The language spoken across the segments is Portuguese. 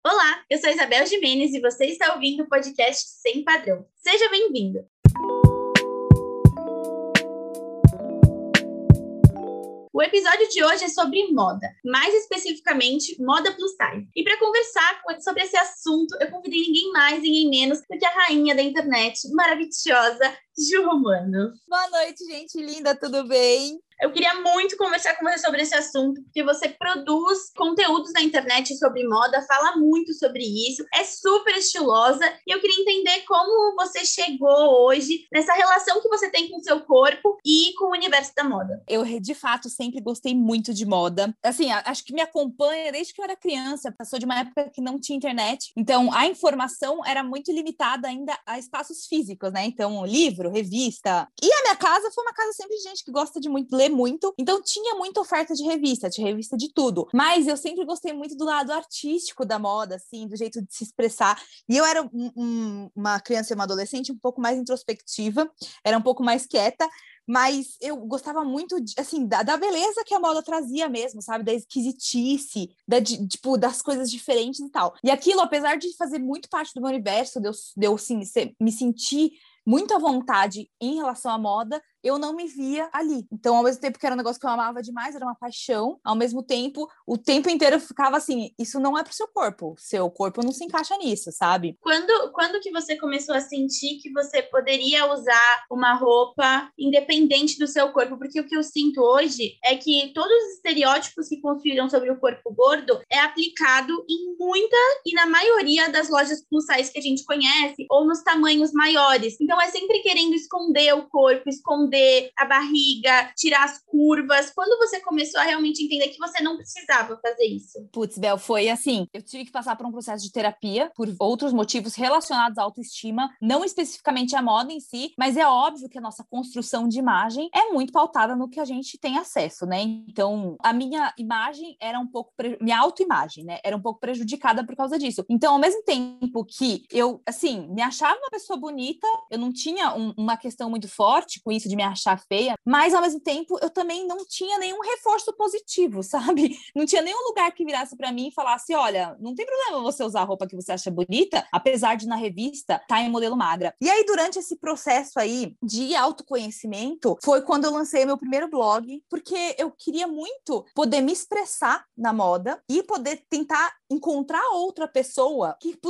Olá, eu sou Isabel Gimenez e você está ouvindo o podcast Sem Padrão. Seja bem-vindo! O episódio de hoje é sobre moda, mais especificamente moda plus size. E para conversar sobre esse assunto, eu convidei ninguém mais, ninguém menos do que a rainha da internet, maravilhosa Ju Romano. Boa noite, gente linda, tudo bem? Eu queria muito conversar com você sobre esse assunto, porque você produz conteúdos na internet sobre moda, fala muito sobre isso, é super estilosa, e eu queria entender como você chegou hoje nessa relação que você tem com o seu corpo e com o universo da moda. Eu, de fato, sempre gostei muito de moda. Assim, acho que me acompanha desde que eu era criança. Passou de uma época que não tinha internet, então a informação era muito limitada ainda a espaços físicos, né? Então, livro, revista. E a minha casa foi uma casa sempre de gente que gosta de muito ler muito, então tinha muita oferta de revista de tudo, mas eu sempre gostei muito do lado artístico da moda, assim, do jeito de se expressar, e eu era uma criança e uma adolescente um pouco mais introspectiva, era um pouco mais quieta, mas eu gostava muito, assim, da beleza que a moda trazia mesmo, sabe? Da esquisitice, das coisas diferentes e tal. E aquilo, apesar de fazer muito parte do meu universo, de eu assim, me sentir muito à vontade em relação à moda, eu não me via ali. Então, ao mesmo tempo que era um negócio que eu amava demais, era uma paixão, ao mesmo tempo, o tempo inteiro eu ficava assim, isso não é pro seu corpo não se encaixa nisso, sabe? Quando que você começou a sentir que você poderia usar uma roupa independente do seu corpo? Porque o que eu sinto hoje é que todos os estereótipos que construíram sobre o corpo gordo é aplicado em muita e na maioria das lojas plus size que a gente conhece, ou nos tamanhos maiores. Então, é sempre querendo esconder o corpo, esconder a barriga, tirar as curvas. Quando você começou a realmente entender que você não precisava fazer isso? Putz, Bel, foi assim, eu tive que passar por um processo de terapia por outros motivos relacionados à autoestima, não especificamente à moda em si, mas é óbvio que a nossa construção de imagem é muito pautada no que a gente tem acesso, né? Então, a minha imagem era um pouco, minha autoimagem, né? Era um pouco prejudicada por causa disso. Então, ao mesmo tempo que eu, assim, me achava uma pessoa bonita, eu não tinha uma questão muito forte com isso de me achar feia, mas ao mesmo tempo eu também não tinha nenhum reforço positivo, sabe? Não tinha nenhum lugar que virasse pra mim e falasse, olha, não tem problema você usar a roupa que você acha bonita, apesar de na revista tá em modelo magra. E aí, durante esse processo aí de autoconhecimento, foi quando eu lancei meu primeiro blog, porque eu queria muito poder me expressar na moda e poder tentar encontrar outra pessoa que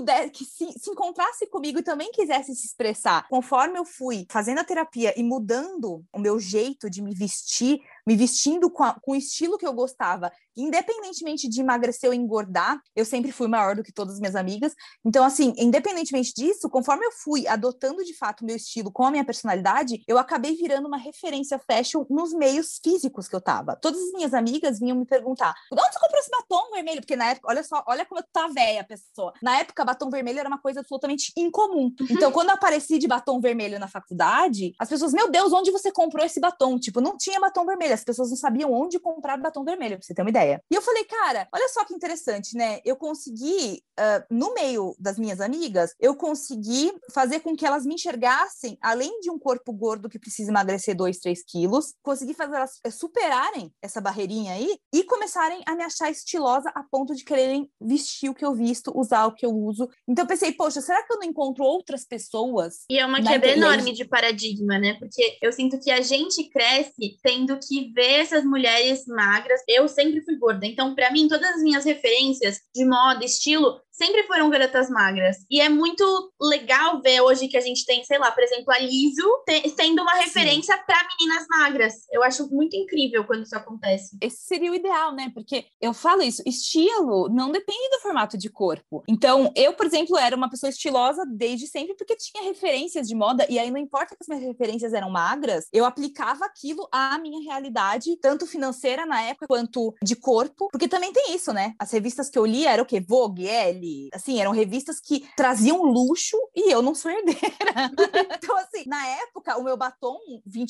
se encontrasse comigo e também quisesse se expressar. Conforme eu fui fazendo a terapia e mudando o meu jeito de me vestir, me vestindo com o estilo que eu gostava, independentemente de emagrecer ou engordar, eu sempre fui maior do que todas as minhas amigas. Então, assim, independentemente disso, conforme eu fui adotando de fato o meu estilo com a minha personalidade, eu acabei virando uma referência fashion nos meios físicos que eu tava. Todas as minhas amigas vinham me perguntar, de onde você comprou esse batom vermelho? Porque na época, olha só, olha como eu tô velha, pessoa. Na época, batom vermelho era uma coisa absolutamente incomum. Então, quando eu apareci de batom vermelho na faculdade, as pessoas, meu Deus, onde você comprou esse batom? Tipo, não tinha batom vermelho, as pessoas não sabiam onde comprar batom vermelho, pra você ter uma ideia. E eu falei, cara, olha só que interessante, né? Eu consegui, no meio das minhas amigas, eu consegui fazer com que elas me enxergassem, além de um corpo gordo que precisa emagrecer 2, 3 quilos, consegui fazer elas superarem essa barreirinha aí e começarem a me achar estilosa a ponto de quererem vestir o que eu visto, usar o que eu uso. Então eu pensei, poxa, será que eu não encontro outras pessoas? E é uma quebra enorme de paradigma, né? Porque eu sinto que a gente cresce tendo que ver essas mulheres magras. Eu sempre fui gorda, então para mim todas as minhas referências de moda, estilo, sempre foram garotas magras. E é muito legal ver hoje que a gente tem, sei lá, por exemplo, a Liso sendo uma referência para meninas magras. Eu acho muito incrível quando isso acontece. Esse seria o ideal, né? Porque eu falo isso, estilo não depende do formato de corpo. Então, eu, por exemplo, era uma pessoa estilosa desde sempre porque tinha referências de moda, e aí não importa que as minhas referências eram magras, eu aplicava aquilo à minha realidade, tanto financeira na época, quanto de corpo, porque também tem isso, né? As revistas que eu li eram o quê? Vogue, Elle, assim, eram revistas que traziam luxo e eu não sou herdeira. Então, assim, na época, o meu batom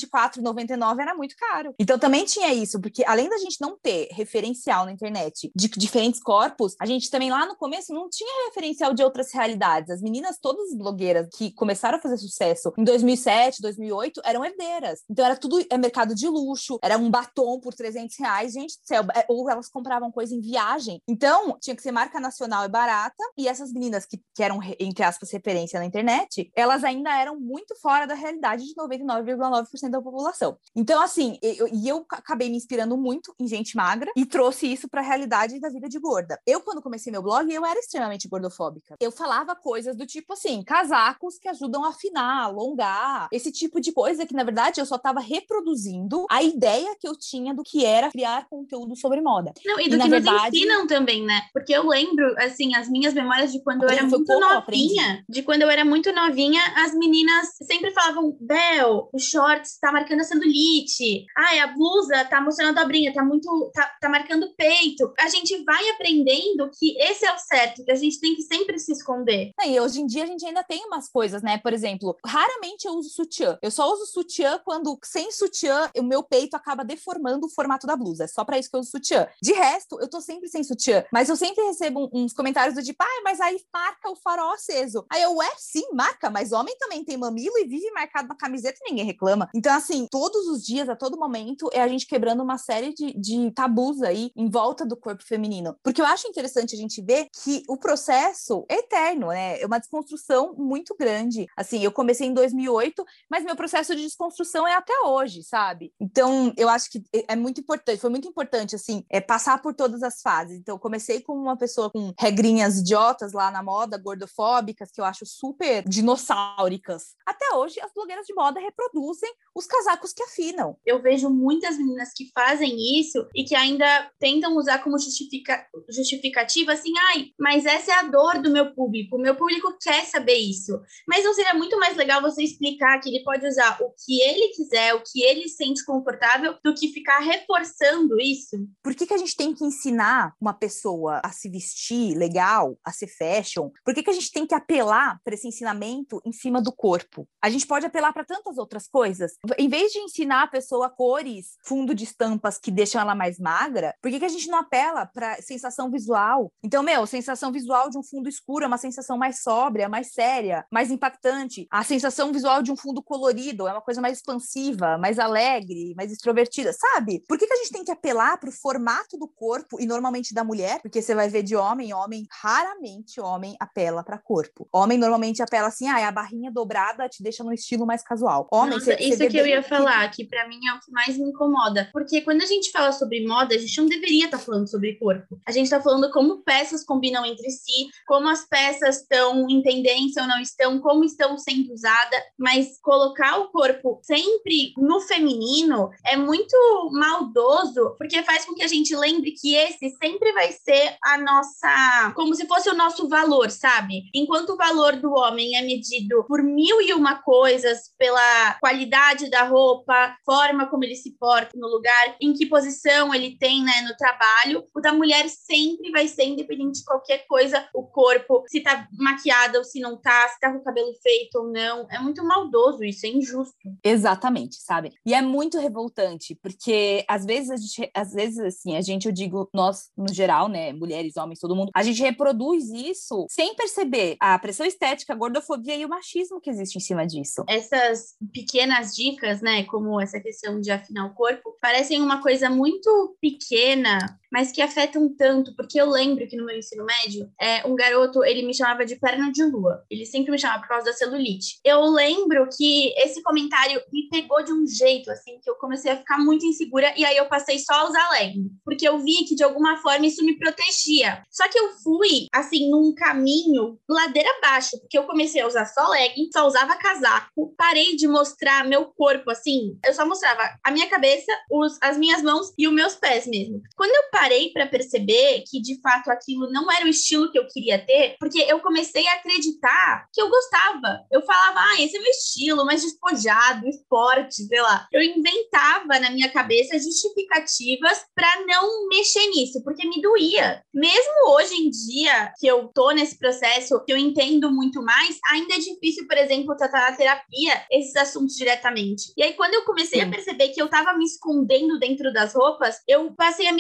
R$24,99 era muito caro. Então, também tinha isso, porque além da gente não ter referencial na internet de diferentes corpos, a gente também lá no começo não tinha referencial de outras realidades. As meninas, todas as blogueiras que começaram a fazer sucesso em 2007, 2008, eram herdeiras. Então, era tudo mercado de luxo, era um batom por R$300, gente do céu, ou elas compravam coisa em viagem. Então, tinha que ser marca nacional e barata, barata, e essas meninas que eram, entre aspas, referência na internet, elas ainda eram muito fora da realidade de 99,9% da população. Então, assim, eu acabei me inspirando muito em gente magra e trouxe isso para a realidade da vida de gorda. Eu, quando comecei meu blog, eu era extremamente gordofóbica. Eu falava coisas do tipo assim, casacos que ajudam a afinar, alongar, esse tipo de coisa que, na verdade, eu só estava reproduzindo a ideia que eu tinha do que era criar conteúdo sobre moda. Não, e do que nos ensinam também, né? Porque eu lembro, assim, as minhas memórias de quando eu era muito novinha, as meninas sempre falavam, Bel, o shorts tá marcando a celulite, ai, a blusa tá mostrando a dobrinha, tá marcando o peito. A gente vai aprendendo que esse é o certo, que a gente tem que sempre se esconder. E hoje em dia a gente ainda tem umas coisas, né? Por exemplo, raramente eu uso sutiã. Eu só uso sutiã quando, sem sutiã, o meu peito acaba deformando o formato da blusa. É só pra isso que eu uso sutiã. De resto, eu tô sempre sem sutiã. Mas eu sempre recebo uns comentários do tipo, mas aí marca o farol aceso. Aí eu, sim, marca, mas homem também tem mamilo e vive marcado na camiseta e ninguém reclama. Então, assim, todos os dias, a todo momento, é a gente quebrando uma série de tabus aí em volta do corpo feminino. Porque eu acho interessante a gente ver que o processo é eterno, né? É uma desconstrução muito grande. Assim, eu comecei em 2008, mas meu processo de desconstrução é até hoje, sabe? Então, eu acho que é muito importante, foi muito importante, assim, passar por todas as fases. Então, eu comecei como uma pessoa com regrinhas idiotas lá na moda, gordofóbicas, que eu acho super dinossáuricas. Até hoje, as blogueiras de moda reproduzem os casacos que afinam. Eu vejo muitas meninas que fazem isso e que ainda tentam usar como justificativa, assim, mas essa é a dor do meu público. O meu público quer saber isso. Mas não seria muito mais legal você explicar que ele pode usar o que ele quiser, o que ele sente confortável, do que ficar reforçando isso? Por que a gente tem que ensinar uma pessoa a se vestir legal, a ser fashion? Por que a gente tem que apelar para esse ensinamento em cima do corpo? A gente pode apelar para tantas outras coisas. Em vez de ensinar a pessoa cores, fundo de estampas que deixam ela mais magra, por que a gente não apela para sensação visual? Então, sensação visual de um fundo escuro é uma sensação mais sóbria, mais séria, mais impactante. A sensação visual de um fundo colorido é uma coisa mais expansiva, mais alegre, mais extrovertida, sabe? Por que a gente tem que apelar para o formato do corpo, e normalmente da mulher? Porque você vai ver de homem, raramente homem apela para corpo. Homem normalmente apela assim, a barrinha dobrada te deixa num estilo mais casual. Homem, Nossa, isso que eu ia falar, que pra mim é o que mais me incomoda. Porque quando a gente fala sobre moda, a gente não deveria estar falando sobre corpo. A gente tá falando como peças combinam entre si, como as peças estão em tendência ou não estão, como estão sendo usadas, mas colocar o corpo sempre no feminino é muito maldoso, porque faz com que a gente lembre que esse sempre vai ser a nossa... como se fosse o nosso valor, sabe? Enquanto o valor do homem é medido por 1001 coisas, pela qualidade da roupa, forma como ele se porta no lugar, em que posição ele tem, né, no trabalho, o da mulher sempre vai ser, independente de qualquer coisa, o corpo, se tá maquiada ou se não tá, se tá com o cabelo feito ou não. É muito maldoso isso, é injusto. Exatamente, sabe? E é muito revoltante, porque às vezes assim, eu digo nós, no geral, né, mulheres, homens, todo mundo, a gente reproduz isso sem perceber a pressão estética, a gordofobia e o machismo que existe em cima disso. Essas pequenas dicas, né, como essa questão de afinar o corpo, parecem uma coisa muito pequena, mas que afetam tanto, porque eu lembro que no meu ensino médio, um garoto, ele me chamava de perna de lua. Ele sempre me chamava por causa da celulite. Eu lembro que esse comentário me pegou de um jeito, assim, que eu comecei a ficar muito insegura, e aí eu passei só a usar legging, porque eu vi que, de alguma forma, isso me protegia. Só que eu fui, assim, num caminho ladeira abaixo, porque eu comecei a usar só legging, só usava casaco, parei de mostrar meu corpo, assim, eu só mostrava a minha cabeça, as minhas mãos e os meus pés mesmo. Quando eu parei para perceber que, de fato, aquilo não era o estilo que eu queria ter, porque eu comecei a acreditar que eu gostava. Eu falava, esse é meu estilo, mais despojado, esporte, sei lá. Eu inventava na minha cabeça justificativas para não mexer nisso, porque me doía. Mesmo hoje em dia, que eu tô nesse processo, que eu entendo muito mais, ainda é difícil, por exemplo, tratar na terapia esses assuntos diretamente. E aí, quando eu comecei a perceber que eu tava me escondendo dentro das roupas, eu passei a me questionar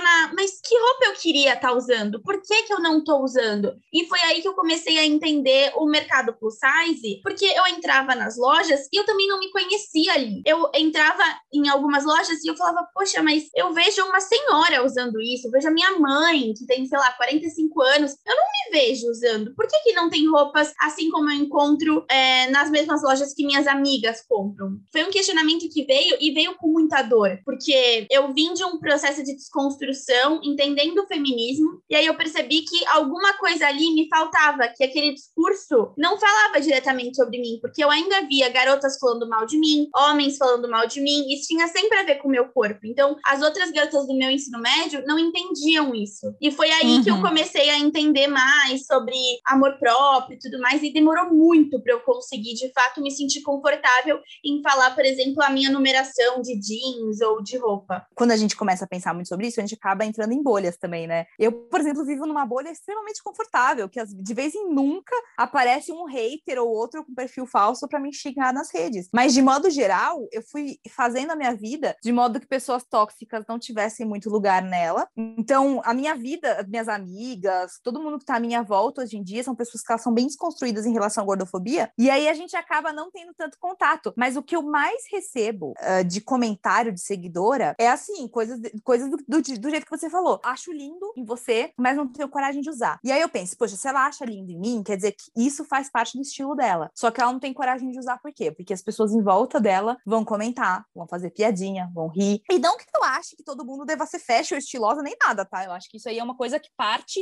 questionar, mas que roupa eu queria estar usando? Por que eu não tô usando? E foi aí que eu comecei a entender o mercado plus size, porque eu entrava nas lojas e eu também não me conhecia ali. Eu entrava em algumas lojas e eu falava, poxa, mas eu vejo uma senhora usando isso, eu vejo a minha mãe, que tem, sei lá, 45 anos, eu não me vejo usando. Por que não tem roupas assim como eu encontro nas mesmas lojas que minhas amigas compram? Foi um questionamento que veio e veio com muita dor, porque eu vim de um processo de desconstrução, entendendo o feminismo, e aí eu percebi que alguma coisa ali me faltava, que aquele discurso não falava diretamente sobre mim, porque eu ainda via garotas falando mal de mim, homens falando mal de mim, e isso tinha sempre a ver com o meu corpo. Então, as outras garotas do meu ensino médio não entendiam isso. E foi aí que eu comecei a entender mais sobre amor próprio e tudo mais, e demorou muito para eu conseguir, de fato, me sentir confortável em falar, por exemplo, a minha numeração de jeans ou de roupa. Quando a gente começa a pensar muito sobre isso, a gente acaba entrando em bolhas também, né? Eu, por exemplo, vivo numa bolha extremamente confortável, que de vez em nunca aparece um hater ou outro com perfil falso para me xingar nas redes. Mas, de modo geral, eu fui fazendo a minha vida de modo que pessoas tóxicas não tivessem muito lugar nela. Então, a minha vida, as minhas amigas, todo mundo que tá à minha volta hoje em dia são pessoas que elas são bem desconstruídas em relação à gordofobia, e aí a gente acaba não tendo tanto contato. Mas o que eu mais recebo de comentário de seguidora é assim, coisas do jeito que você falou. Acho lindo em você, mas não tenho coragem de usar. E aí eu penso, poxa, se ela acha lindo em mim, quer dizer que isso faz parte do estilo dela. Só que ela não tem coragem de usar por quê? Porque as pessoas em volta dela vão comentar, vão fazer piadinha, vão rir. E não que eu ache que todo mundo deva ser fashion, estilosa, nem nada, tá? Eu acho que isso aí é uma coisa que parte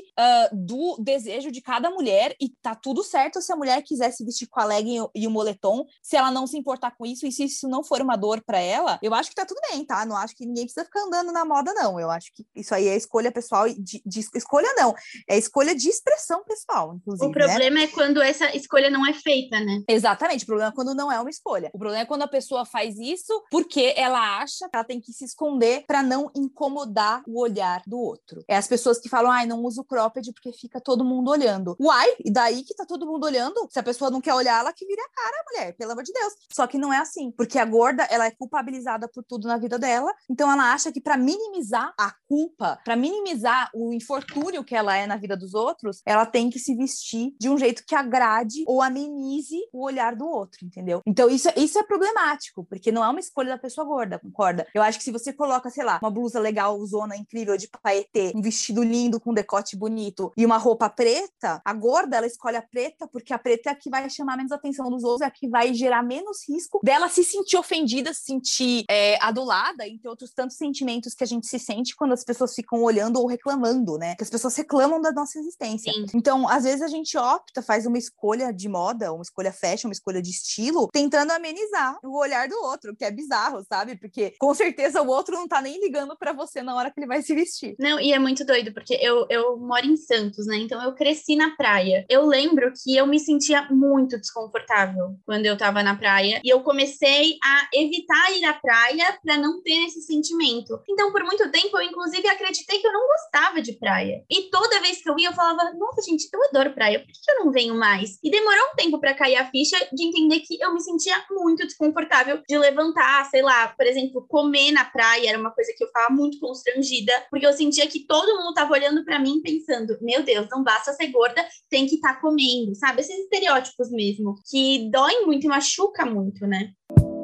do desejo de cada mulher, e tá tudo certo se a mulher quiser se vestir com a legging e o moletom, se ela não se importar com isso, e se isso não for uma dor pra ela, eu acho que tá tudo bem, tá? Não acho que ninguém precisa ficar andando na moda, não. Eu acho que isso aí é escolha pessoal, escolha não, é escolha de expressão pessoal, inclusive, o problema é quando essa escolha não é feita, né? Exatamente, o problema é quando não é uma escolha. O problema é quando a pessoa faz isso porque ela acha que ela tem que se esconder pra não incomodar o olhar do outro. É as pessoas que falam, ai, não uso cropped porque fica todo mundo olhando. Uai, e daí que tá todo mundo olhando? Se a pessoa não quer olhar, ela que vira a cara, mulher, pelo amor de Deus. Só que não é assim, porque a gorda, ela é culpabilizada por tudo na vida dela, então ela acha que pra minimizar a culpa, pra minimizar o infortúnio que ela é na vida dos outros, ela tem que se vestir de um jeito que agrade ou amenize o olhar do outro, entendeu? Então isso é problemático, porque não é uma escolha da pessoa gorda, concorda? Eu acho que se você coloca, sei lá, uma blusa legal, zona incrível de paetê, um vestido lindo com decote bonito e uma roupa preta, a gorda, ela escolhe a preta porque a preta é a que vai chamar menos atenção dos outros, é a que vai gerar menos risco dela se sentir ofendida, se sentir adulada, entre outros tantos sentimentos que a gente se sente quando as pessoas ficam olhando ou reclamando, né? Que as pessoas reclamam da nossa existência. Sim. Então, às vezes a gente opta, faz uma escolha de moda, uma escolha fashion, uma escolha de estilo, tentando amenizar o olhar do outro, que é bizarro, sabe? Porque com certeza o outro não tá nem ligando pra você na hora que ele vai se vestir. Não, e é muito doido, porque eu moro em Santos, né? Então eu cresci na praia. Eu lembro que eu me sentia muito desconfortável quando eu tava na praia, e eu comecei a evitar ir à praia pra não ter esse sentimento. Então, por muito tempo, eu inclusive acreditei que eu não gostava de praia. E toda vez que eu ia, eu falava, nossa, gente, eu adoro praia, por que eu não venho mais? E demorou um tempo pra cair a ficha de entender que eu me sentia muito desconfortável de levantar, sei lá, por exemplo, comer na praia era uma coisa que eu ficava muito constrangida, porque eu sentia que todo mundo tava olhando pra mim pensando, meu Deus, não basta ser gorda, tem que estar comendo, sabe? Esses estereótipos mesmo, que doem muito e machuca muito, né?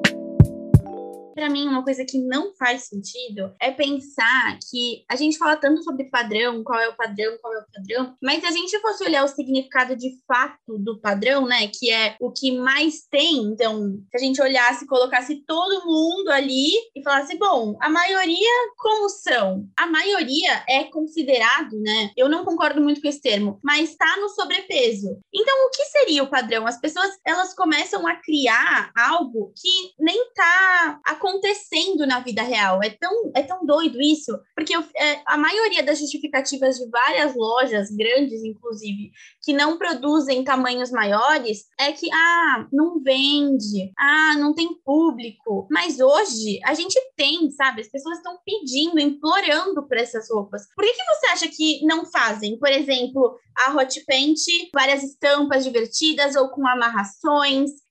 Para mim, uma coisa que não faz sentido é pensar que a gente fala tanto sobre padrão, qual é o padrão, mas se a gente fosse olhar o significado de fato do padrão, né, que é o que mais tem, então, se a gente olhasse e colocasse todo mundo ali e falasse, bom, a maioria como são? A maioria é considerado, né, eu não concordo muito com esse termo, mas está no sobrepeso. Então, o que seria o padrão? As pessoas, elas começam a criar algo que nem está acontecendo na vida real. É tão doido isso, porque a maioria das justificativas de várias lojas, grandes inclusive, que não produzem tamanhos maiores, é que, não vende, não tem público. Mas hoje, a gente tem, sabe? As pessoas estão pedindo, implorando por essas roupas. Por que você acha que não fazem? Por exemplo, a Hot Pant, várias estampas divertidas ou com amarrações,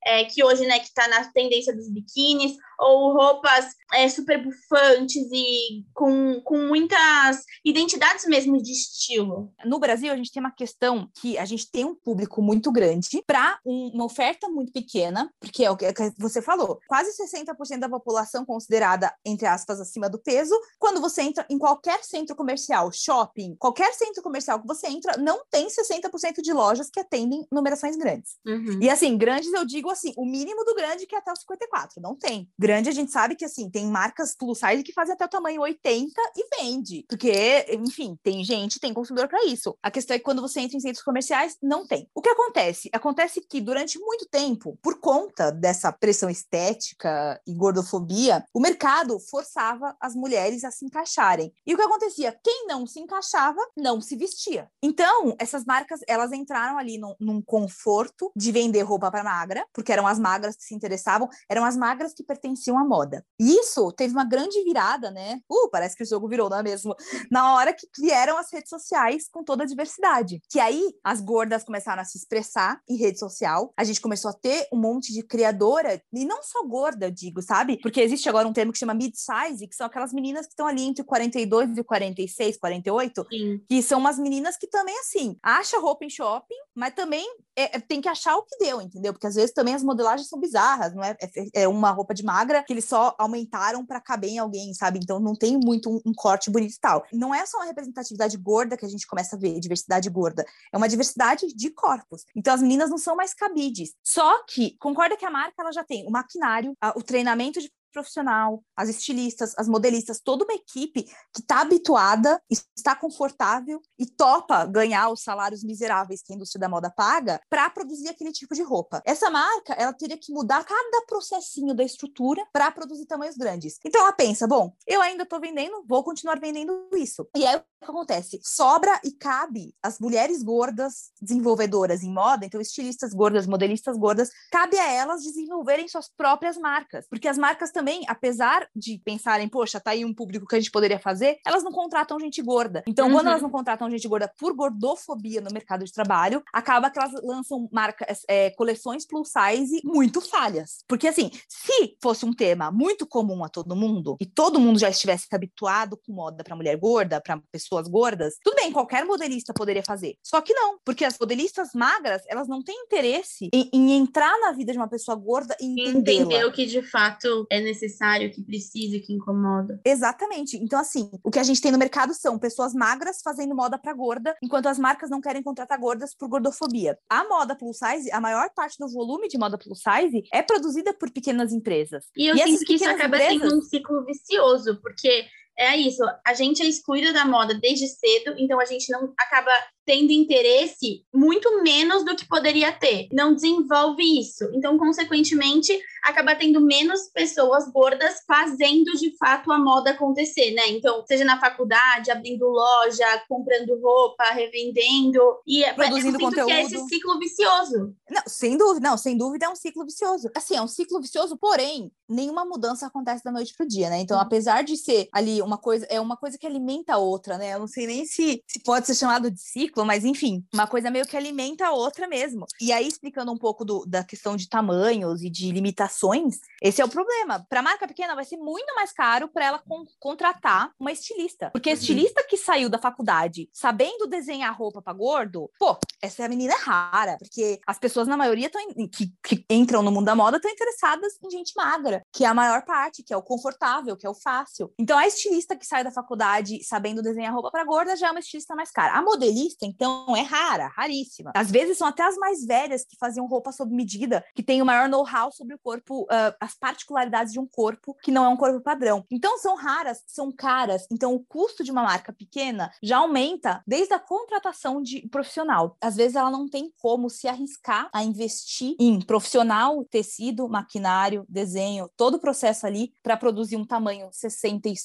que hoje, né, que tá na tendência dos biquínis, ou roupas super bufantes e com muitas identidades mesmo de estilo. No Brasil, a gente tem uma questão que a gente tem um público muito grande para uma oferta muito pequena, porque é o que você falou, quase 60% da população considerada, entre aspas, acima do peso. Quando você entra em qualquer centro comercial, shopping, qualquer centro comercial que você entra, não tem 60% de lojas que atendem numerações grandes. Uhum. E assim, grandes eu digo assim, o mínimo do grande que é até o 54, não tem. Grande a gente sabe que assim, tem marcas plus size que fazem até o tamanho 80 e vende, porque, enfim, tem gente, tem consumidor para isso. A questão é que quando você entra em centros comerciais, não tem. O que acontece? Acontece que durante muito tempo, por conta dessa pressão estética e gordofobia, o mercado forçava as mulheres a se encaixarem. E o que acontecia? Quem não se encaixava, não se vestia. Então, essas marcas, elas entraram ali num conforto de vender roupa para magra, porque eram as magras que se interessavam, eram as magras que pertenciam à moda. E isso teve uma grande virada, né? Parece que o jogo virou, não é mesmo? Na hora que vieram as redes sociais com toda a diversidade. Que aí as gordas começaram a se expressar em rede social, a gente começou a ter um monte de criadora, e não só gorda, eu digo, sabe? Porque existe agora um termo que chama mid-size, que são aquelas meninas que estão ali entre 42 e 46, 48, Sim. Que são umas meninas que também, assim, acha roupa em shopping, mas também tem que achar o que deu, entendeu? Porque às vezes também as modelagens são bizarras, não é? É uma roupa de magra que eles só aumentaram para caber em alguém, sabe? Então não tem muito um corte bonito e tal. Não é só uma representatividade gorda que a gente começa a ver, diversidade gorda. É uma diversidade de corpos. Então as meninas não são mais cabides. Só que, concorda que a marca ela já tem o maquinário, o treinamento de profissional, as estilistas, as modelistas, toda uma equipe que está habituada, está confortável e topa ganhar os salários miseráveis que a indústria da moda paga para produzir aquele tipo de roupa. Essa marca, ela teria que mudar cada processinho da estrutura para produzir tamanhos grandes. Então ela pensa, bom, eu ainda estou vendendo, vou continuar vendendo isso. E aí o que acontece? Sobra e cabe as mulheres gordas desenvolvedoras em moda, então estilistas gordas, modelistas gordas, cabe a elas desenvolverem suas próprias marcas, porque as marcas também, apesar de pensarem, poxa, tá aí um público que a gente poderia fazer, elas não contratam gente gorda. Então, quando elas não contratam gente gorda por gordofobia no mercado de trabalho, acaba que elas lançam coleções plus size muito falhas. Porque, assim, se fosse um tema muito comum a todo mundo, e todo mundo já estivesse habituado com moda para mulher gorda, para pessoas gordas, tudo bem, qualquer modelista poderia fazer. Só que não, porque as modelistas magras, elas não têm interesse em entrar na vida de uma pessoa gorda e entendê-la. Entender o que de fato é necessário, que precisa, que incomoda. Exatamente. Então, assim, o que a gente tem no mercado são pessoas magras fazendo moda para gorda, enquanto as marcas não querem contratar gordas por gordofobia. A moda plus size, a maior parte do volume de moda plus size é produzida por pequenas empresas. E eu sinto que isso acaba sendo um ciclo vicioso, porque é isso, a gente é excluída da moda desde cedo, então a gente não acaba tendo interesse muito menos do que poderia ter. Não desenvolve isso. Então, consequentemente, acaba tendo menos pessoas gordas fazendo, de fato, a moda acontecer, né? Então, seja na faculdade, abrindo loja, comprando roupa, revendendo. E produzindo conteúdo. Que é esse ciclo vicioso. Não, sem dúvida é um ciclo vicioso. Assim, é um ciclo vicioso, porém, nenhuma mudança acontece da noite pro dia, né? Então, apesar de ser ali uma coisa que alimenta a outra, né? Eu não sei nem se pode ser chamado de ciclo, mas enfim, uma coisa meio que alimenta a outra mesmo. E aí, explicando um pouco da questão de tamanhos e de limitações, esse é o problema. Para marca pequena, vai ser muito mais caro para ela contratar uma estilista. Porque a estilista que saiu da faculdade sabendo desenhar roupa para gordo, pô, essa menina é rara, porque as pessoas, na maioria, que entram no mundo da moda estão interessadas em gente magra, que é a maior parte, que é o confortável, que é o fácil. Então, a estilista que sai da faculdade sabendo desenhar roupa para gorda já é uma estilista mais cara. A modelista, então, é rara, raríssima. Às vezes são até as mais velhas que faziam roupa sob medida, que tem o maior know-how sobre o corpo, as particularidades de um corpo que não é um corpo padrão. Então, são raras, são caras. Então, o custo de uma marca pequena já aumenta desde a contratação de profissional. Às vezes, ela não tem como se arriscar a investir em profissional, tecido, maquinário, desenho, todo o processo ali para produzir um tamanho 67,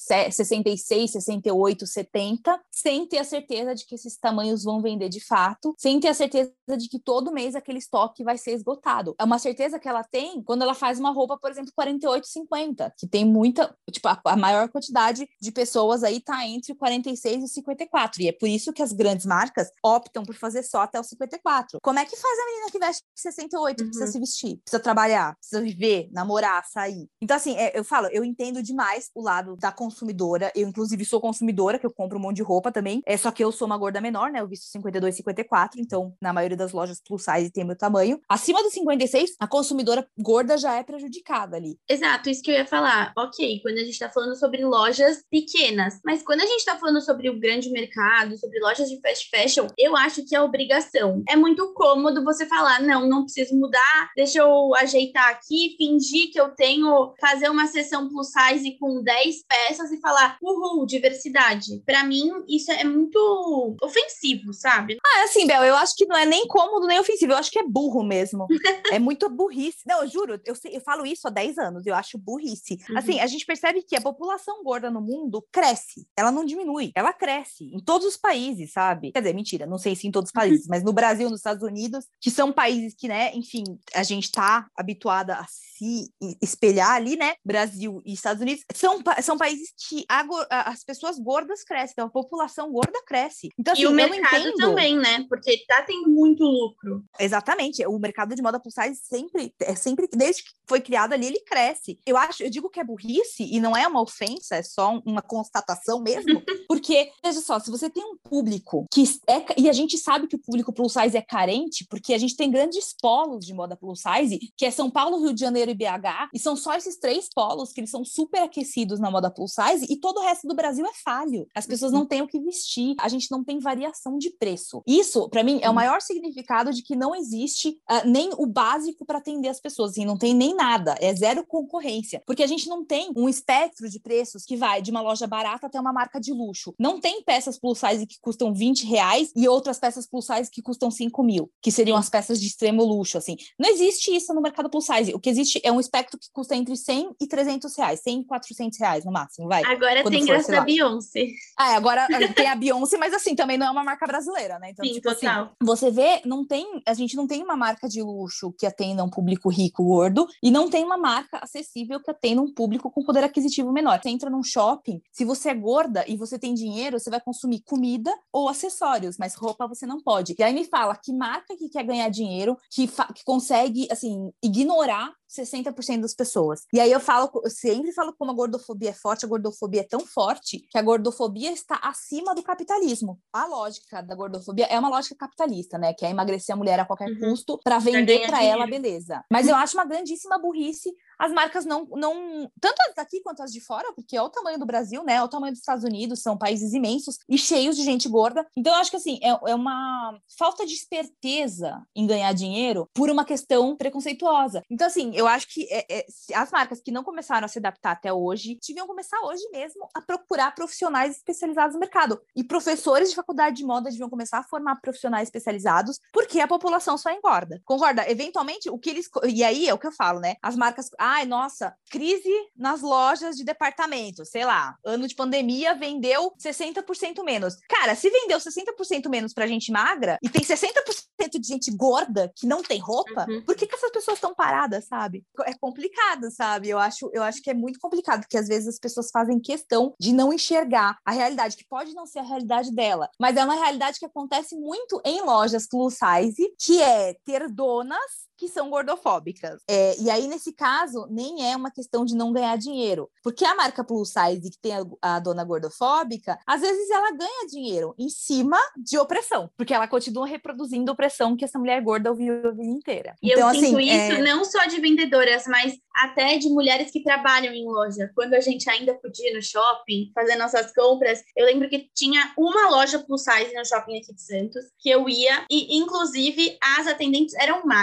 66, 68, 70, sem ter a certeza de que esses tamanhos vão vender de fato, sem ter a certeza de que todo mês aquele estoque vai ser esgotado. É uma certeza que ela tem quando ela faz uma roupa, por exemplo, 48, 50, que tem muita, tipo, a maior quantidade de pessoas aí tá entre 46 e 54, e é por isso que as grandes marcas optam por fazer só até o 54. Como é que faz a menina que veste 68, precisa se vestir, precisa trabalhar, precisa viver, namorar, sair? Então, assim, eu falo, eu entendo demais o lado da consumidora, eu inclusive sou consumidora, que eu compro um monte de roupa também, só que eu sou uma gorda menor, né, eu visto 52, 54, então na maioria das lojas plus size tem meu tamanho. Acima do 56, a consumidora gorda já é prejudicada ali. Exato, isso que eu ia falar. Ok, quando a gente tá falando sobre lojas pequenas, mas quando a gente tá falando sobre o grande mercado, sobre lojas de fast fashion, eu acho que é obrigação. É muito cômodo você falar, não preciso mudar, deixa eu ajeitar aqui, fingir que eu tenho, fazer uma seção plus size com 10 peças e falar, uhul, diversidade. Pra mim, isso é muito ofensivo, sabe? Assim, Bel, eu acho que não é nem cômodo nem ofensivo, eu acho que é burro mesmo. É muito burrice. Não, eu juro, eu falo isso há 10 anos, eu acho burrice. Assim, a gente percebe que a população gorda no mundo cresce, ela não diminui, ela cresce em todos os países, sabe? Quer dizer, mentira, não sei se em todos os países, mas no Brasil, nos Estados Unidos, que são países que, né, enfim, a gente tá habituada a se espelhar ali, né? Brasil e Estados Unidos, são países que as pessoas gordas crescem, então a população gorda cresce. Então, assim, e o eu não mercado entendo. também, né? Porque tá tendo muito lucro. Exatamente, o mercado de moda plus size sempre, desde que foi criado ali, ele cresce. Eu digo que é burrice e não é uma ofensa, é só uma constatação mesmo, porque, veja só, se você tem um público e a gente sabe que o público plus size é carente, porque a gente tem grandes polos de moda plus size, que é São Paulo, Rio de Janeiro e BH, e são só esses 3 polos que eles são super aquecidos na moda plus size, e todo o resto do Brasil é falho. As pessoas não têm o que vestir, a gente não tem variação de preço. Isso, para mim, é o maior significado de que não existe nem o básico para atender as pessoas, assim, não tem nem nada, é zero concorrência, porque a gente não tem um espectro de preços que vai de uma loja barata até uma marca de luxo. Não tem peças plus size que custam R$20 e outras peças plus size que custam 5 mil, que seriam as peças de extremo luxo, assim. Não existe isso no mercado plus size. O que existe é um espectro que custa entre 100 e R$300, 100 e R$400 no máximo, vai. Agora tem graça da Beyoncé. Agora tem a Beyoncé, mas assim, também não é uma marca brasileira, né? Então, Sim, tipo total. assim, você vê, a gente não tem uma marca de luxo que atenda um público rico, gordo, e não tem uma marca acessível que atenda um público com poder aquisitivo menor. Você entra num shopping, se você é gorda e você tem dinheiro, você vai consumir comida ou acessórios, mas roupa você não pode. E aí me fala, que marca que quer ganhar dinheiro, que consegue, assim, ignorar 60% das pessoas. E aí eu sempre falo como a gordofobia é forte, a gordofobia é tão forte que a gordofobia está acima do capitalismo. A lógica da gordofobia é uma lógica capitalista, né? Que é emagrecer a mulher a qualquer custo para vender para ela, beleza. Mas eu acho uma grandíssima burrice as marcas não, tanto as daqui quanto as de fora, porque é o tamanho do Brasil, né? É o tamanho dos Estados Unidos, são países imensos e cheios de gente gorda. Então eu acho que assim, é uma falta de esperteza em ganhar dinheiro por uma questão preconceituosa. Então assim, eu acho que as marcas que não começaram a se adaptar até hoje, deviam começar hoje mesmo a procurar profissionais especializados no mercado. E professores de faculdade de moda deviam começar a formar profissionais especializados, porque a população só engorda. Concorda? Eventualmente, o que eles... E aí é o que eu falo, né? As marcas... Ai, nossa, crise nas lojas de departamento. Sei lá, ano de pandemia vendeu 60% menos. Cara, se vendeu 60% menos pra gente magra e tem 60% de gente gorda que não tem roupa, por que essas pessoas estão paradas, sabe? É complicado, sabe? Eu acho que é muito complicado, porque às vezes as pessoas fazem questão de não enxergar a realidade, que pode não ser a realidade dela, mas é uma realidade que acontece muito em lojas plus size, que é ter donas que são gordofóbicas. E aí, nesse caso, nem é uma questão de não ganhar dinheiro. Porque a marca plus size que tem a dona gordofóbica, às vezes ela ganha dinheiro em cima de opressão, porque ela continua reproduzindo a opressão que essa mulher gorda ouviu a vida inteira. E então, eu sinto isso não só de vendedoras, mas até de mulheres que trabalham em loja. Quando a gente ainda podia ir no shopping, fazer nossas compras, eu lembro que tinha uma loja plus size no shopping aqui de Santos, que eu ia, e inclusive as atendentes eram magras.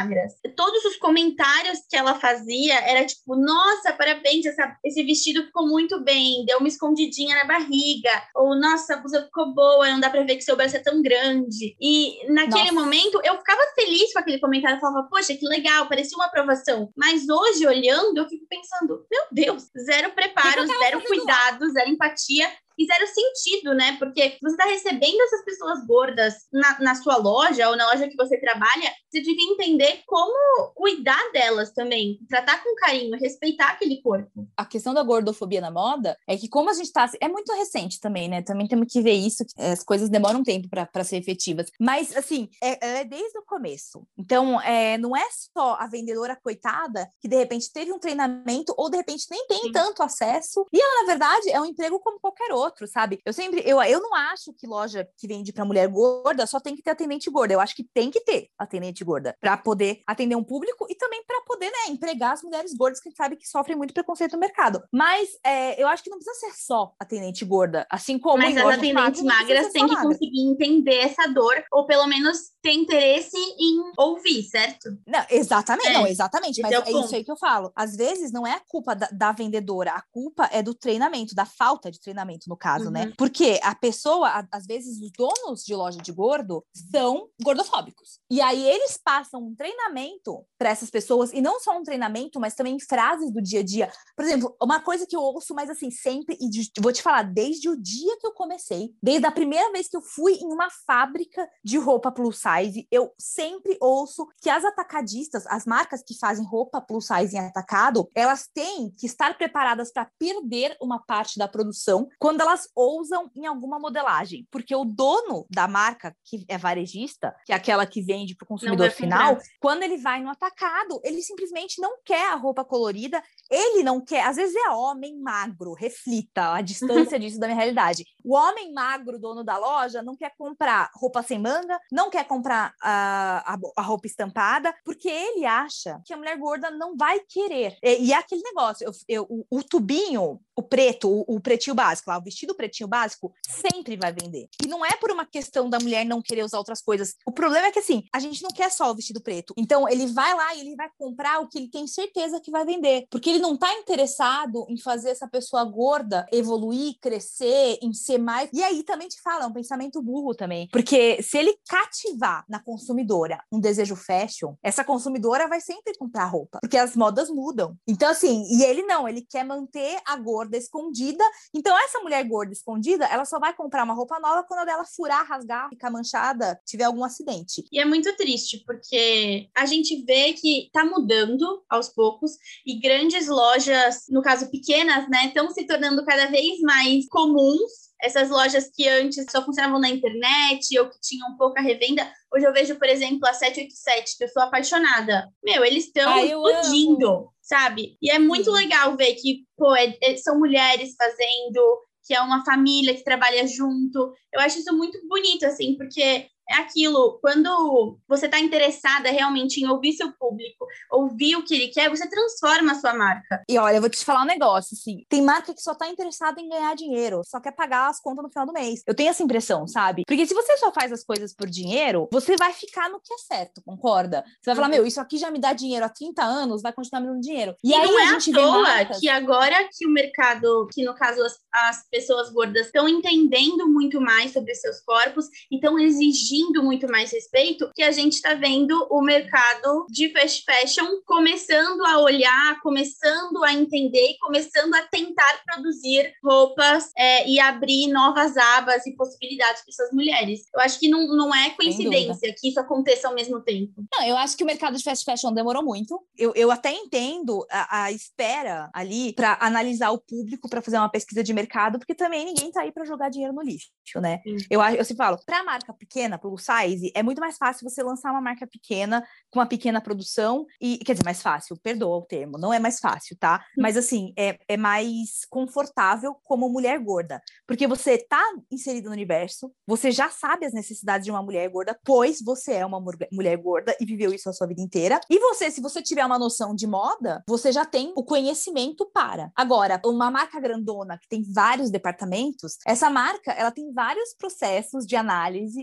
todos os comentários que ela fazia era tipo, nossa, parabéns, esse vestido ficou muito bem, deu uma escondidinha na barriga, ou nossa, a blusa ficou boa, não dá pra ver que seu braço é tão grande. E naquele momento eu ficava feliz com aquele comentário, eu falava, poxa, que legal, parecia uma aprovação. Mas hoje, olhando, eu fico pensando, meu Deus, zero preparo, zero cuidado, zero empatia e zero sentido, né? Porque você está recebendo essas pessoas gordas na sua loja ou na loja que você trabalha, você devia entender como cuidar delas também, tratar com carinho, respeitar aquele corpo. A questão da gordofobia na moda é que como a gente tá... É muito recente também, né? Também temos que ver isso, as coisas demoram um tempo para ser efetivas. Mas, assim, é desde o começo. Então, não é só a vendedora coitada que, de repente, teve um treinamento ou, de repente, nem tem tanto acesso. E ela, na verdade, é um emprego como qualquer outro, sabe? Eu não acho que loja que vende para mulher gorda só tem que ter atendente gorda. Eu acho que tem que ter atendente gorda para poder atender um público e também para poder, né, empregar as mulheres gordas que a gente sabe que sofrem muito preconceito no mercado. Mas eu acho que não precisa ser só atendente gorda, assim como mas as atendentes magras têm que conseguir entender essa dor ou pelo menos ter interesse em ouvir, certo? Não, exatamente, exatamente. Mas é isso aí que eu falo. Às vezes não é a culpa da vendedora, a culpa é do treinamento, da falta de treinamento, no caso, né? Porque a pessoa, às vezes, os donos de loja de gordo são gordofóbicos. E aí eles passam um treinamento para essas pessoas, e não só um treinamento, mas também frases do dia a dia. Por exemplo, uma coisa que eu ouço, mas assim, sempre, e vou te falar, desde o dia que eu comecei, desde a primeira vez que eu fui em uma fábrica de roupa plus size, eu sempre ouço que as atacadistas, as marcas que fazem roupa plus size em atacado, elas têm que estar preparadas para perder uma parte da produção quando elas ousam em alguma modelagem, porque o dono da marca, que é varejista, que é aquela que vende para o consumidor final, quando ele vai no atacado, ele simplesmente não quer a roupa colorida, ele não quer, às vezes é homem magro, reflita a distância disso da minha realidade. O homem magro, dono da loja, não quer comprar roupa sem manga, não quer comprar a roupa estampada, porque ele acha que a mulher gorda não vai querer. E é aquele negócio, o tubinho, o preto, o pretinho básico, lá, o vestido pretinho básico, sempre vai vender. E não é por uma questão da mulher não querer usar outras coisas. O problema é que, assim, a gente não quer só o vestido preto. Então, ele vai lá e ele vai comprar o que ele tem certeza que vai vender. Porque ele não tá interessado em fazer essa pessoa gorda evoluir, crescer, em ser mais... E aí, também te fala, é um pensamento burro também. Porque se ele cativar na consumidora um desejo fashion, essa consumidora vai sempre comprar roupa. Porque as modas mudam. Então, assim, e ele não, ele quer manter a gorda escondida. Então, essa mulher gorda escondida, ela só vai comprar uma roupa nova quando ela furar, rasgar, ficar manchada, tiver algum acidente. E é muito triste, porque a gente vê que tá mudando aos poucos e grandes lojas, no caso pequenas, né, estão se tornando cada vez mais comuns. Essas lojas que antes só funcionavam na internet ou que tinham pouca revenda. Hoje eu vejo, por exemplo, a 787, que eu sou apaixonada. Meu, eles estão explodindo, sabe? E é muito legal ver que, pô, são mulheres fazendo, que é uma família que trabalha junto. Eu acho isso muito bonito, assim, porque é aquilo, quando você está interessada realmente em ouvir seu público, ouvir o que ele quer, você transforma a sua marca. E olha, eu vou te falar um negócio, assim, tem marca que só tá interessada em ganhar dinheiro, só quer pagar as contas no final do mês. Eu tenho essa impressão, sabe? Porque se você só faz as coisas por dinheiro, você vai ficar no que é certo, concorda? Você vai falar, meu, isso aqui já me dá dinheiro há 30 anos, vai continuar me dando dinheiro. E aí não é à toa que agora que o mercado, que no caso as pessoas gordas estão entendendo muito mais sobre seus corpos e estão exigindo muito mais respeito, que a gente está vendo o mercado de fast fashion começando a olhar, começando a entender, começando a tentar produzir roupas e abrir novas abas e possibilidades para essas mulheres. Eu acho que não é coincidência que isso aconteça ao mesmo tempo. Não, eu acho que o mercado de fast fashion demorou muito. Eu até entendo a espera ali para analisar o público, para fazer uma pesquisa de mercado, porque também ninguém tá aí para jogar dinheiro no lixo, né? Eu sempre falo, para marca pequena, plus size, é muito mais fácil você lançar uma marca pequena, com uma pequena produção, e quer dizer, mais fácil, perdoa o termo, não é mais fácil, tá? Mas assim, é mais confortável como mulher gorda, porque você tá inserido no universo, você já sabe as necessidades de uma mulher gorda, pois você é uma mulher gorda e viveu isso a sua vida inteira, e você, se você tiver uma noção de moda, você já tem o conhecimento para. Agora, uma marca grandona, que tem vários departamentos, essa marca, ela tem vários processos de análise para entender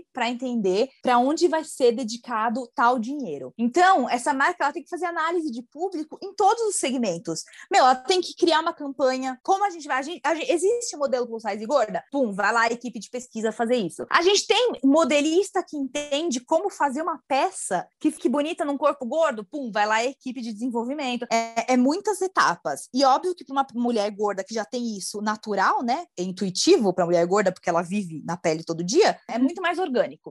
entender para onde vai ser dedicado tal dinheiro. Então, essa marca ela tem que fazer análise de público em todos os segmentos. Ela tem que criar uma campanha. Como a gente vai? Existe modelo plus size e gorda? Pum, vai lá a equipe de pesquisa fazer isso. A gente tem modelista que entende como fazer uma peça que fique bonita num corpo gordo? Pum, vai lá a equipe de desenvolvimento. É muitas etapas. E óbvio que para uma mulher gorda que já tem isso natural, né? É intuitivo para mulher gorda, porque ela vive na pele todo dia, é muito mais orgânico.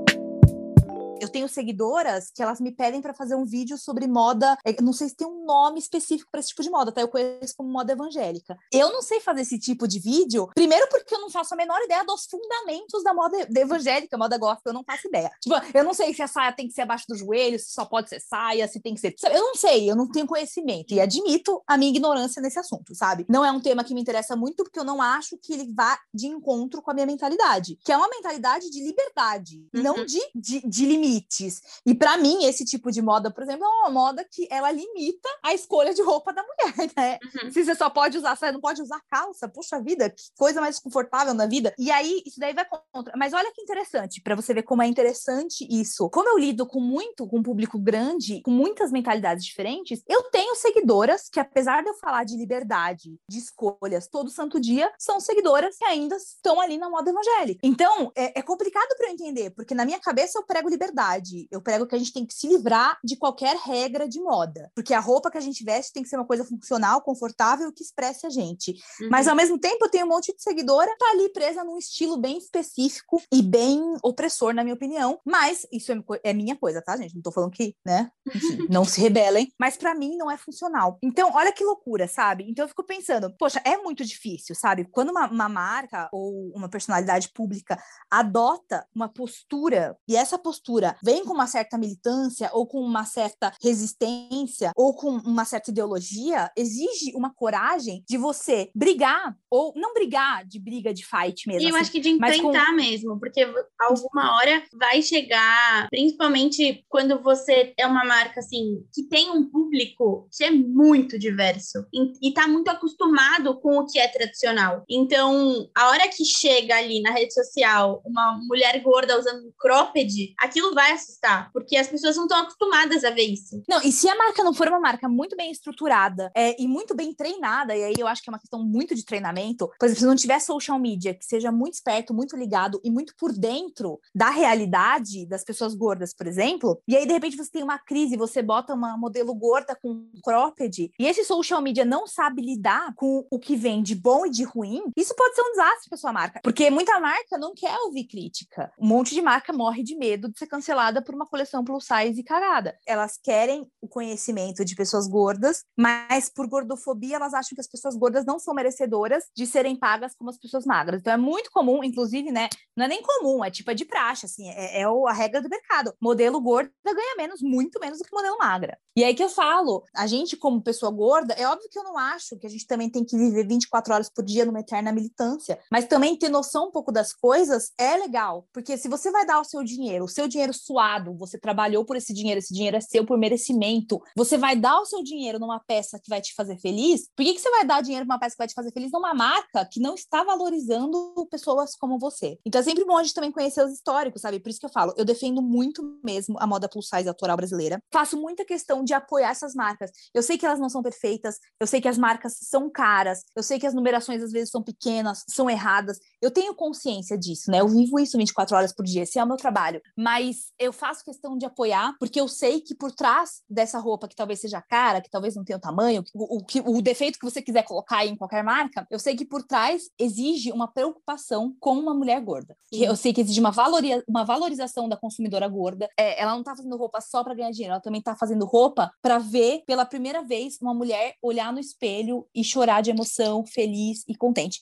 Eu tenho seguidoras que elas me pedem para fazer um vídeo sobre moda, não sei se tem um nome específico para esse tipo de moda, tá? Eu conheço como moda evangélica. Eu não sei fazer esse tipo de vídeo, primeiro porque eu não faço a menor ideia dos fundamentos da moda evangélica, moda gospel, eu não faço ideia. Tipo, eu não sei se a saia tem que ser abaixo do joelho, se só pode ser saia, se tem que ser... Eu não sei, eu não tenho conhecimento e admito a minha ignorância nesse assunto, sabe? Não é um tema que me interessa muito porque eu não acho que ele vá de encontro com a minha mentalidade, que é uma mentalidade de liberdade, não de limites. E para mim, esse tipo de moda, por exemplo, é uma moda que ela limita a escolha de roupa da mulher, né? Se você só pode usar saia, não pode usar calça, puxa vida, que coisa mais confortável na vida. E aí, isso daí vai contra. Mas olha que interessante, para você ver como é interessante isso. Como eu lido com um público grande, com muitas mentalidades diferentes, eu tenho seguidoras que, apesar de eu falar de liberdade, de escolhas todo santo dia, são seguidoras que ainda estão ali na moda evangélica. Então, é complicado para eu entender, porque na minha cabeça eu prego liberdade. Eu prego que a gente tem que se livrar de qualquer regra de moda, porque a roupa que a gente veste tem que ser uma coisa funcional, confortável, que expresse a gente. Mas, ao mesmo tempo, eu tenho um monte de seguidora que tá ali presa num estilo bem específico e bem opressor, na minha opinião. Mas isso é minha coisa, tá, gente? Não tô falando que, né? Enfim, não se rebelem. Mas, pra mim, não é funcional. Então, olha que loucura, sabe? Então, eu fico pensando, poxa, é muito difícil, sabe? Quando uma marca ou uma personalidade pública adota uma postura, e essa postura vem com uma certa militância ou com uma certa resistência ou com uma certa ideologia, exige uma coragem de você brigar, ou não brigar de briga de fight mesmo. E eu acho que de enfrentar mesmo, porque alguma hora vai chegar, principalmente quando você é uma marca assim, que tem um público que é muito diverso e tá muito acostumado com o que é tradicional. Então, a hora que chega ali na rede social uma mulher gorda usando cropped, aquilo vai assustar, porque as pessoas não estão acostumadas a ver isso. Não, e se a marca não for uma marca muito bem estruturada e muito bem treinada, e aí eu acho que é uma questão muito de treinamento, por exemplo, se não tiver social media, que seja muito esperto, muito ligado e muito por dentro da realidade das pessoas gordas, por exemplo, e aí de repente você tem uma crise, você bota uma modelo gorda com cropped, e esse social media não sabe lidar com o que vem de bom e de ruim, isso pode ser um desastre para sua marca, porque muita marca não quer ouvir crítica. Um monte de marca morre de medo de ser cancelada por uma coleção plus size e cagada. Elas querem o conhecimento de pessoas gordas, mas por gordofobia elas acham que as pessoas gordas não são merecedoras de serem pagas como as pessoas magras. Então é muito comum, inclusive, né? Não é nem comum, é tipo de praxe, assim, a regra do mercado. Modelo gorda ganha menos, muito menos do que modelo magra. E aí que eu falo, a gente como pessoa gorda, é óbvio que eu não acho que a gente também tem que viver 24 horas por dia numa eterna militância, mas também ter noção um pouco das coisas é legal, porque se você vai dar o seu dinheiro suado, você trabalhou por esse dinheiro é seu por merecimento, você vai dar o seu dinheiro numa peça que vai te fazer feliz, por que você vai dar dinheiro numa peça que vai te fazer feliz numa marca que não está valorizando pessoas como você? Então é sempre bom a gente também conhecer os históricos, sabe? Por isso que eu falo, eu defendo muito mesmo a moda plus size autoral brasileira, faço muita questão de apoiar essas marcas. Eu sei que elas não são perfeitas, eu sei que as marcas são caras, eu sei que as numerações às vezes são pequenas, são erradas, eu tenho consciência disso, né? Eu vivo isso 24 horas por dia, esse é o meu trabalho, mas eu faço questão de apoiar, porque eu sei que por trás dessa roupa, que talvez seja cara, que talvez não tenha o tamanho, o defeito que você quiser colocar aí em qualquer marca, eu sei que por trás exige uma preocupação com uma mulher gorda. Eu sei que exige uma valorização da consumidora gorda. Ela não tá fazendo roupa só para ganhar dinheiro, ela também tá fazendo roupa para ver pela primeira vez uma mulher olhar no espelho e chorar de emoção, feliz e contente.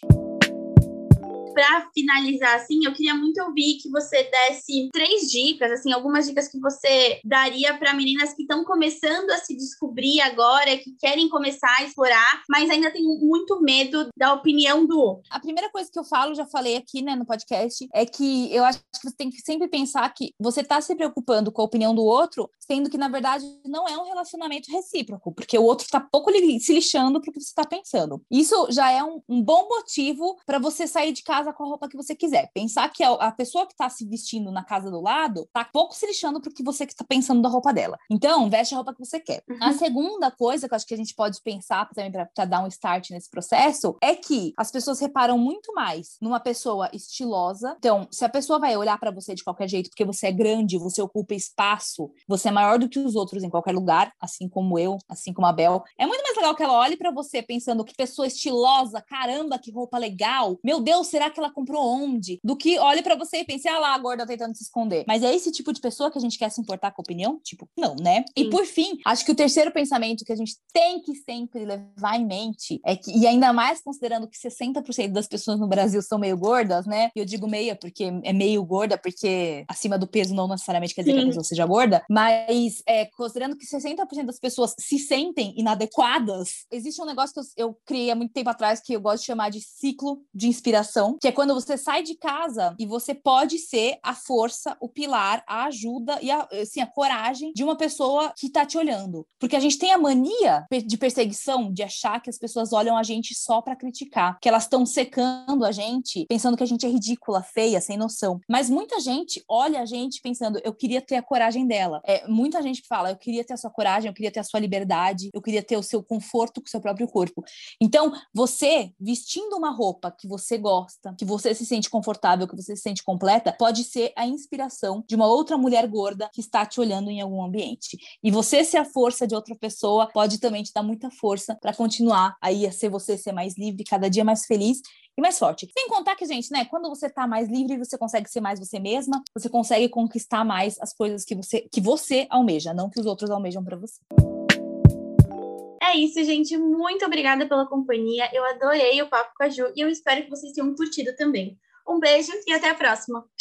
Para finalizar, assim, eu queria muito ouvir que você desse 3 dicas, assim, algumas dicas que você daria para meninas que estão começando a se descobrir agora, que querem começar a explorar, mas ainda tem muito medo da opinião do outro. A primeira coisa que eu falo, já falei aqui, né, no podcast, é que eu acho que você tem que sempre pensar que você tá se preocupando com a opinião do outro, sendo que, na verdade, não é um relacionamento recíproco, porque o outro tá pouco se lixando pro que você tá pensando. Isso já é um bom motivo para você sair de casa casa com a roupa que você quiser. Pensar que a pessoa que tá se vestindo na casa do lado tá pouco se lixando pro que você que tá pensando da roupa dela. Então, veste a roupa que você quer. A segunda coisa que eu acho que a gente pode pensar também pra dar um start nesse processo é que as pessoas reparam muito mais numa pessoa estilosa. Então, se a pessoa vai olhar pra você de qualquer jeito porque você é grande, você ocupa espaço, você é maior do que os outros em qualquer lugar, assim como eu, assim como a Bel, é muito mais legal que ela olhe pra você pensando que pessoa estilosa, caramba, que roupa legal, meu Deus, será que ela comprou onde? Do que olhe pra você e pense, ah lá, a gorda tentando se esconder. Mas é esse tipo de pessoa que a gente quer se importar com a opinião? Tipo, não, né? E por fim, acho que o terceiro pensamento que a gente tem que sempre levar em mente é que, e ainda mais considerando que 60% das pessoas no Brasil são meio gordas, né? E eu digo meia porque é meio gorda, porque acima do peso não necessariamente quer dizer que a pessoa seja gorda, mas considerando que 60% das pessoas se sentem inadequadas, existe um negócio que eu criei há muito tempo atrás que eu gosto de chamar de ciclo de inspiração, que é quando você sai de casa e você pode ser a força, o pilar, a ajuda e a coragem de uma pessoa que tá te olhando. Porque a gente tem a mania de perseguição, de achar que as pessoas olham a gente só pra criticar, que elas estão secando a gente, pensando que a gente é ridícula, feia, sem noção. Mas muita gente olha a gente pensando, eu queria ter a coragem dela. Muita gente que fala, eu queria ter a sua coragem, eu queria ter a sua liberdade, eu queria ter o seu conforto com o seu próprio corpo. Então, você, vestindo uma roupa que você gosta, que você se sente confortável, que você se sente completa, pode ser a inspiração de uma outra mulher gorda que está te olhando em algum ambiente. E você ser a força de outra pessoa pode também te dar muita força para continuar aí a ser você, ser mais livre, cada dia mais feliz e mais forte. Sem contar que, gente, né, quando você tá mais livre, você consegue ser mais você mesma, você consegue conquistar mais as coisas que você almeja, não que os outros almejam para você. É isso, gente. Muito obrigada pela companhia. Eu adorei o papo com a Ju e eu espero que vocês tenham curtido também. Um beijo e até a próxima!